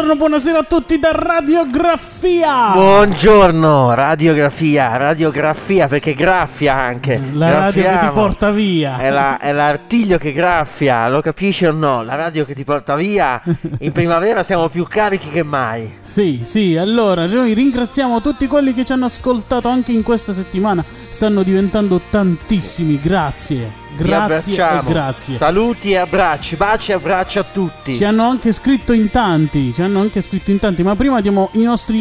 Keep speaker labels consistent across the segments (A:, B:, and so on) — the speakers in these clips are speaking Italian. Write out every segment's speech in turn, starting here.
A: buonasera a tutti da Radiografia.
B: Buongiorno, radiografia perché graffia anche.
A: La radio che ti porta via.
B: È l'artiglio che graffia, lo capisci o no? La radio che ti porta via. In primavera siamo più carichi che mai.
A: Sì, allora noi ringraziamo tutti quelli che ci hanno ascoltato anche in questa settimana. Stanno diventando tantissimi, grazie e grazie.
B: Saluti e abbracci, baci e abbracci a tutti.
A: Ci hanno anche scritto in tanti, ma prima diamo i nostri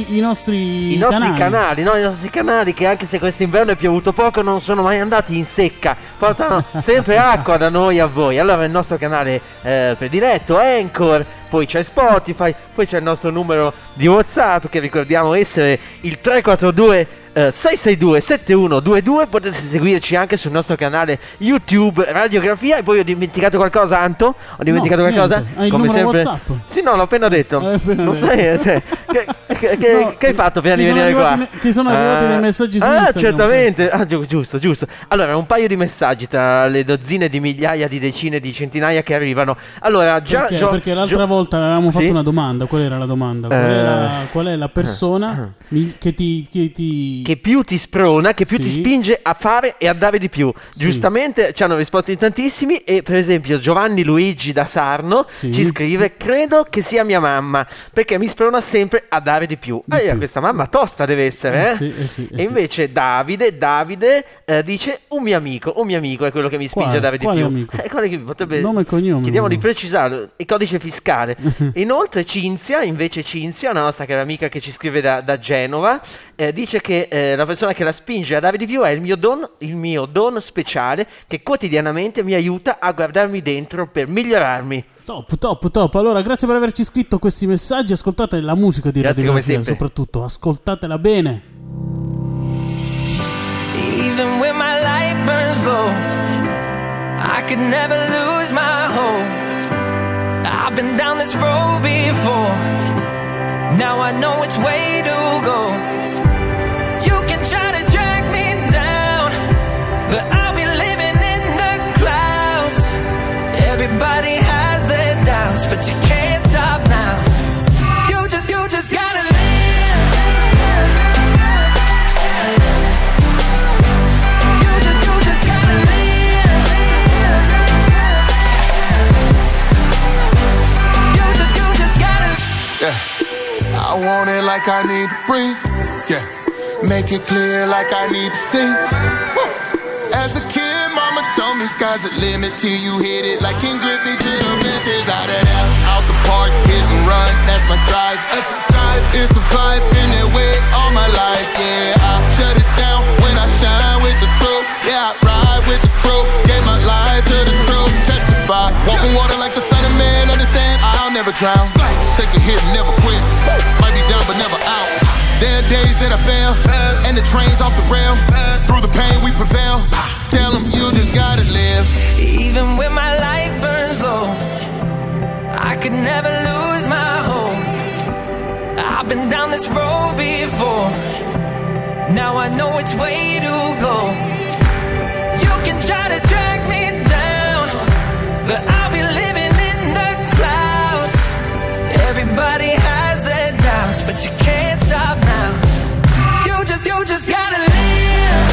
B: canali che anche se quest'inverno è piovuto poco non sono mai andati in secca, portano sempre acqua da noi a voi. Allora il nostro canale prediletto Anchor, poi c'è Spotify, poi c'è il nostro numero di WhatsApp che ricordiamo essere il 342 662 7122. Potete seguirci anche sul nostro canale YouTube Radiografia. E poi ho dimenticato qualcosa, Anto? Ho dimenticato qualcosa?
A: Hai come sempre WhatsApp?
B: Sì, no, l'ho appena detto. Non sai che hai fatto prima di venire qua?
A: Ti sono arrivati dei messaggi su Instagram.
B: Certamente. Giusto. Allora, un paio di messaggi tra le dozzine di migliaia, di decine, di centinaia che arrivano. Allora,
A: perché l'altra volta avevamo fatto una domanda. Qual era la domanda? Qual è la persona che
B: più ti sprona, che più ti spinge a fare e a dare di più? Giustamente ci hanno risposto in tantissimi. E per esempio Giovanni Luigi da Sarno ci scrive: credo che sia mia mamma, perché mi sprona sempre a dare di più. Questa mamma tosta deve essere, e invece Davide dice un mio amico è quello che mi spinge a dare di più.
A: Amico?
B: Quello che potrebbe,
A: nome e cognome,
B: chiediamo di precisarlo, il codice fiscale. Inoltre Cinzia, una nostra cara amica che ci scrive da Genova, dice che la persona che la spinge a dare di più è il mio don speciale, che quotidianamente mi aiuta a guardarmi dentro per migliorarmi.
A: Top. Allora, grazie per averci scritto questi messaggi. Ascoltate la musica di Radiografia, soprattutto ascoltatela bene.
C: Even when my light burns low, I could never lose my hope. I've been down this road before. Now I know which way to go. You can try to drag me down, but I'll be living in the clouds. Everybody has their doubts, but you can't stop now. You just gotta live. You just gotta live. You just gotta.
D: Yeah, I want it like I need to breathe. Yeah, make it clear like I need to see. As a kid, mama told me sky's the limit till you hit it. Like King Griffey to the fences, out of there, out the park, hit and run. That's my drive. It's a vibe, been that way all my life. Yeah, I shut it down when I shine with the truth. Yeah, I ride with the crew, gave my life to the truth. Testify, walking water like the son of man. Understand, I'll never drown. Take a hit and never quit. Might be down but never out. There are days that I fail, and the train's off the rail. Through the pain we prevail. Tell them you just gotta live.
C: Even when my light burns low, I could never lose my hope. I've been down this road before. Now I know which way to go. You can try to drag me down, but I'll be living in the clouds. Everybody has their doubts, but you can't stop now. You just gotta live.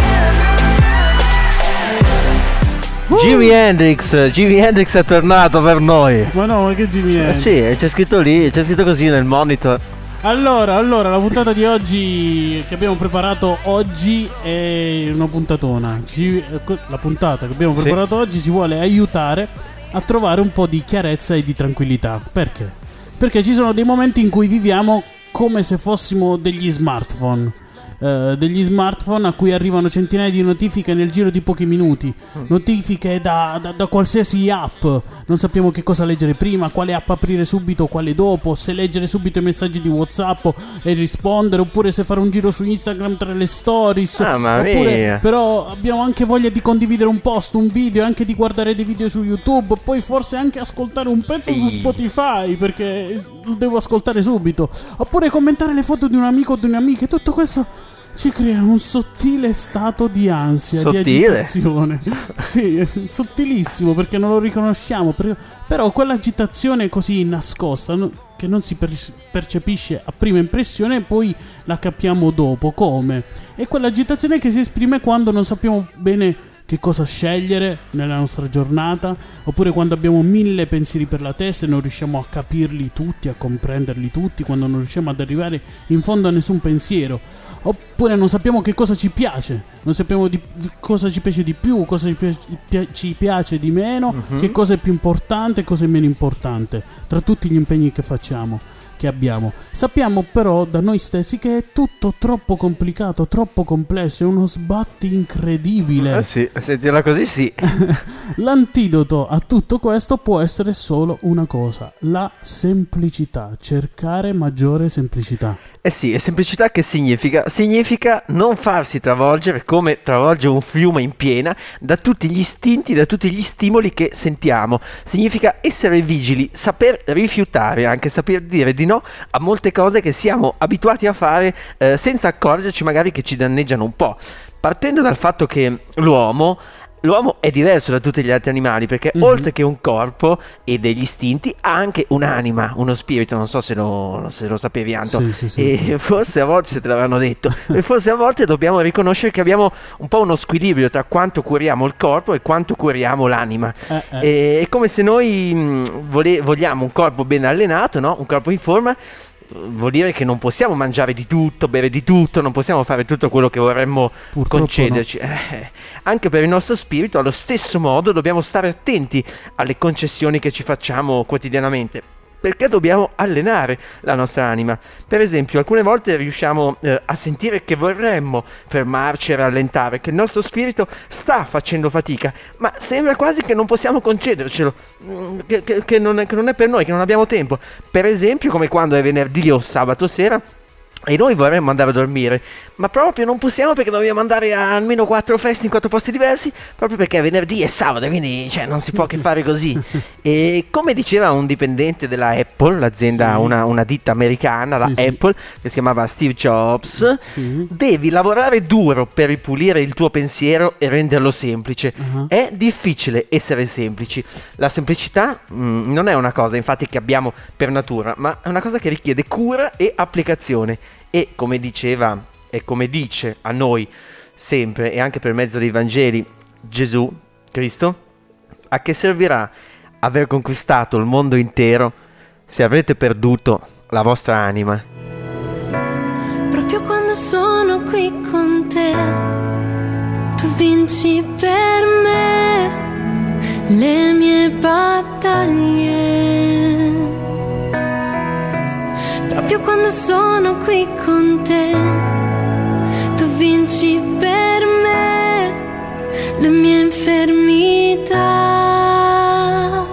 B: Jimi Hendrix è tornato per noi.
A: Ma no, ma che Jimi Hendrix?
B: Sì, c'è scritto lì, c'è scritto così nel monitor.
A: Allora, la puntata di oggi che abbiamo preparato oggi è una puntatona. La puntata che abbiamo preparato oggi ci vuole aiutare a trovare un po' di chiarezza e di tranquillità. Perché? Perché ci sono dei momenti in cui viviamo come se fossimo degli smartphone a cui arrivano centinaia di notifiche nel giro di pochi minuti. Notifiche da qualsiasi app. Non sappiamo che cosa leggere prima, quale app aprire subito, quale dopo, se leggere subito i messaggi di WhatsApp e rispondere, oppure se fare un giro su Instagram tra le stories. Oppure, però abbiamo anche voglia di condividere un post, un video, anche di guardare dei video su YouTube, poi forse anche ascoltare un pezzo su Spotify perché lo devo ascoltare subito, oppure commentare le foto di un amico o di un'amica. E tutto questo ci crea un sottile stato di ansia, di agitazione. Sì, è sottilissimo perché non lo riconosciamo. Però quell'agitazione così nascosta, che non si percepisce a prima impressione e poi la capiamo dopo. Come? È quell'agitazione che si esprime quando non sappiamo bene che cosa scegliere nella nostra giornata, oppure quando abbiamo 1000 pensieri per la testa e non riusciamo a capirli tutti, a comprenderli tutti, quando non riusciamo ad arrivare in fondo a nessun pensiero, oppure non sappiamo che cosa ci piace, non sappiamo di cosa ci piace di più, cosa ci piace di meno, che cosa è più importante e cosa è meno importante tra tutti gli impegni che facciamo, che abbiamo. Sappiamo però da noi stessi che è tutto troppo complicato, troppo complesso, è uno sbatti incredibile.
B: Sì, a sentirla così sì.
A: L'antidoto a tutto questo può essere solo una cosa: la semplicità, cercare maggiore semplicità.
B: Eh sì, e semplicità che significa? Significa non farsi travolgere come travolge un fiume in piena da tutti gli istinti, da tutti gli stimoli che sentiamo. Significa essere vigili, saper rifiutare, anche saper dire di no a molte cose che siamo abituati a fare senza accorgerci magari che ci danneggiano un po'. Partendo dal fatto che l'uomo è diverso da tutti gli altri animali, perché oltre che un corpo e degli istinti ha anche un'anima, uno spirito. Non so se lo sapevi, Anto.
A: Sì.
B: E forse a volte se te l'avranno detto e forse a volte dobbiamo riconoscere che abbiamo un po' uno squilibrio tra quanto curiamo il corpo e quanto curiamo l'anima. È come se noi vogliamo un corpo ben allenato, no? Un corpo in forma. Vuol dire che non possiamo mangiare di tutto, bere di tutto, non possiamo fare tutto quello che vorremmo concederci. No. Anche per il nostro spirito, allo stesso modo, dobbiamo stare attenti alle concessioni che ci facciamo quotidianamente, perché dobbiamo allenare la nostra anima. Per esempio, alcune volte riusciamo a sentire che vorremmo fermarci e rallentare, che il nostro spirito sta facendo fatica, ma sembra quasi che non possiamo concedercelo, che non è per noi, che non abbiamo tempo. Per esempio, come quando è venerdì o sabato sera e noi vorremmo andare a dormire, ma proprio non possiamo perché dobbiamo andare a almeno 4 feste in 4 posti diversi, proprio perché è venerdì e sabato, quindi non si può che fare così. E come diceva un dipendente della Apple, l'azienda, una ditta americana, Apple, che si chiamava Steve Jobs, devi lavorare duro per ripulire il tuo pensiero e renderlo semplice. È difficile essere semplici. La semplicità non è una cosa infatti che abbiamo per natura, ma è una cosa che richiede cura e applicazione. E come diceva e come dice a noi sempre e anche per mezzo dei Vangeli Gesù Cristo, a che servirà aver conquistato il mondo intero se avrete perduto la vostra anima?
E: Proprio quando sono qui con te, tu vinci per me le mie battaglie. Proprio quando sono qui con te, tu vinci per me le mie infermità.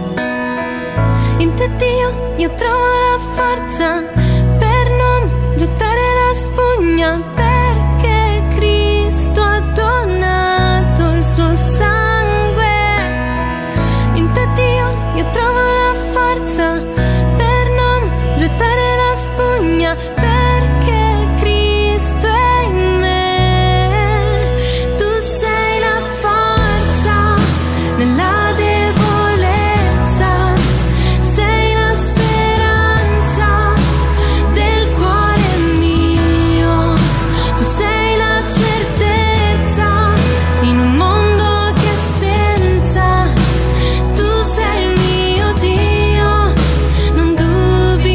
E: In te Dio io trovo la forza per non gettare la spugna, perché Cristo ha donato il suo sangue. In te Dio io trovo la forza per non gettare la spugna, perché Cristo è in me. Tu sei la forza nella debolezza, sei la speranza del cuore mio. Tu sei la certezza in un mondo che è senza. Tu sei il mio Dio, non dubito.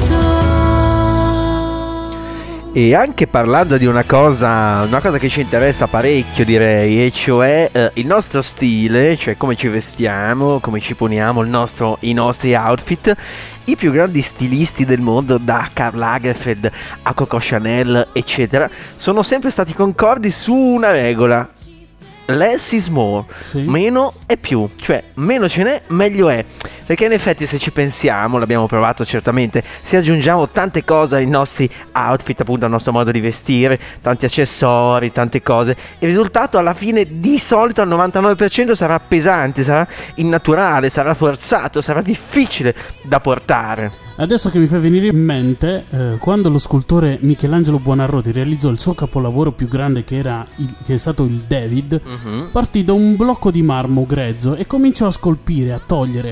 B: E anche parlando di una cosa che ci interessa parecchio, direi, e cioè il nostro stile, cioè come ci vestiamo, come ci poniamo i nostri outfit. I più grandi stilisti del mondo, da Karl Lagerfeld a Coco Chanel, eccetera, sono sempre stati concordi su una regola: less is more, meno è più, cioè meno ce n'è meglio è. Perché in effetti, se ci pensiamo, l'abbiamo provato certamente, se aggiungiamo tante cose ai nostri outfit, appunto al nostro modo di vestire, tanti accessori, tante cose, il risultato alla fine di solito al 99% sarà pesante, sarà innaturale, sarà forzato, sarà difficile da portare.
A: Adesso che mi fa venire in mente, quando lo scultore Michelangelo Buonarroti realizzò il suo capolavoro più grande, che è stato il David, partì da un blocco di marmo grezzo e cominciò a scolpire, a togliere,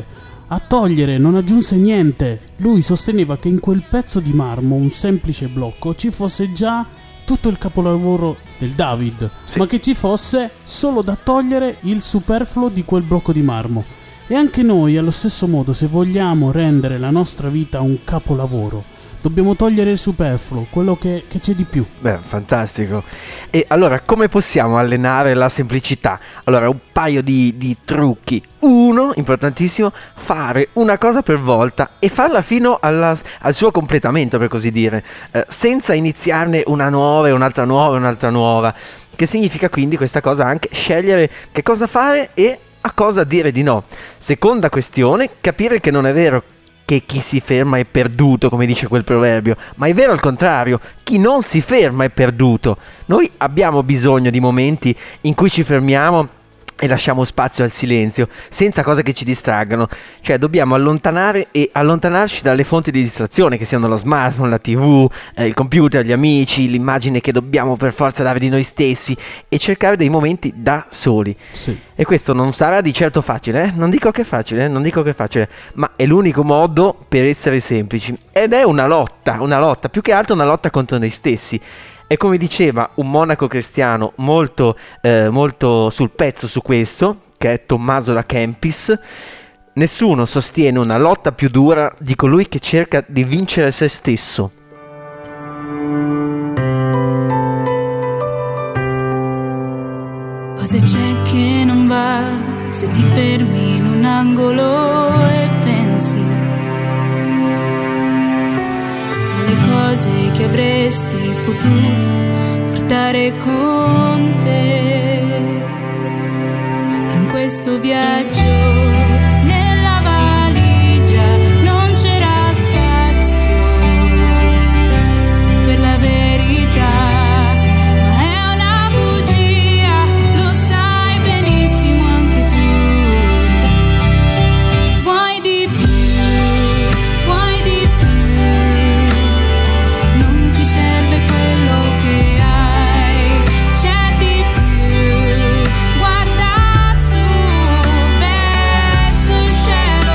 A: A togliere non aggiunse niente. Lui sosteneva che in quel pezzo di marmo, un semplice blocco, ci fosse già tutto il capolavoro del David,
B: Sì.
A: ma che ci fosse solo da togliere il superfluo di quel blocco di marmo. E anche noi, allo stesso modo, se vogliamo rendere la nostra vita un capolavoro, dobbiamo togliere il superfluo, quello che c'è di più.
B: Beh, fantastico. E allora, come possiamo allenare la semplicità? Allora, un paio di trucchi. Uno, importantissimo, fare una cosa per volta e farla fino al suo completamento, per così dire, senza iniziarne una nuova e un'altra nuova e un'altra nuova. Che significa quindi questa cosa anche scegliere che cosa fare e a cosa dire di no. Seconda questione, capire che non è vero che chi si ferma è perduto, come dice quel proverbio, ma è vero al contrario, chi non si ferma è perduto. Noi abbiamo bisogno di momenti in cui ci fermiamo e lasciamo spazio al silenzio, senza cose che ci distraggano. Cioè dobbiamo allontanarci dalle fonti di distrazione, che siano lo smartphone, la TV, il computer, gli amici, l'immagine che dobbiamo per forza dare di noi stessi, e cercare dei momenti da soli.
A: Sì.
B: E questo non sarà di certo facile, non dico che è facile, ma è l'unico modo per essere semplici. Ed è una lotta, più che altro una lotta contro noi stessi. E come diceva un monaco cristiano molto sul pezzo su questo, che è Tommaso da Kempis, nessuno sostiene una lotta più dura di colui che cerca di vincere se stesso.
E: Cosa c'è che non va se ti fermi in un angolo e pensi alle cose che avresti potuto portare con te in questo viaggio? Nella valigia non c'era spazio per la verità, ma è una bugia, lo sai benissimo anche tu. Vuoi di più, non ti serve quello che hai, c'è di più, guarda su verso il cielo.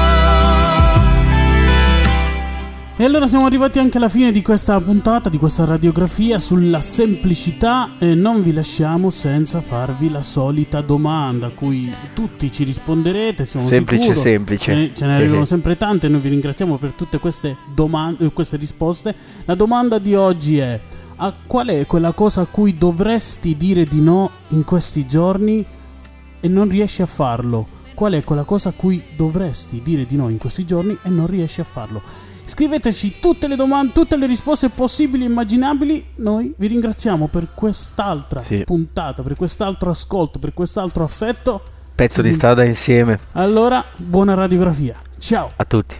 A: E allora siamo arrivati anche alla fine di questa puntata, di questa radiografia sulla semplicità, e non vi lasciamo senza farvi la solita domanda a cui tutti ci risponderete, siamo
B: Semplice.
A: Ce ne arrivano sempre tante, noi vi ringraziamo per tutte queste domande, queste risposte. La domanda di oggi è: qual è quella cosa a cui dovresti dire di no in questi giorni e non riesci a farlo? Qual è quella cosa a cui dovresti dire di no in questi giorni e non riesci a farlo? Scriveteci tutte le domande, tutte le risposte possibili e immaginabili. Noi vi ringraziamo per quest'altra puntata, per quest'altro ascolto, per quest'altro affetto.
B: Pezzo di strada insieme.
A: Allora, buona radiografia. Ciao.
B: A tutti.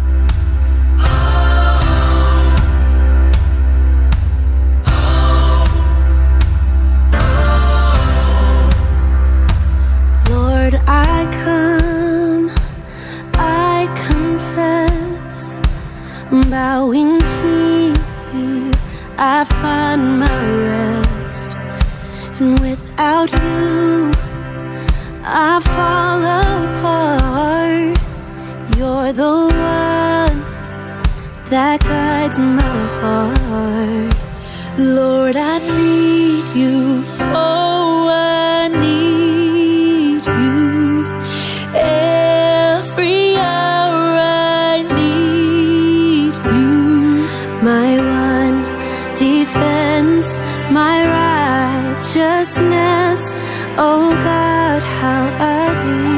E: Lord, I come, I confess, bowing here, I find my rest, and without you, I fall apart. You're the one that guides my heart. Lord, I need you, oh, I need you. Every hour I need you. My one defense, my righteousness, oh God, how I need you.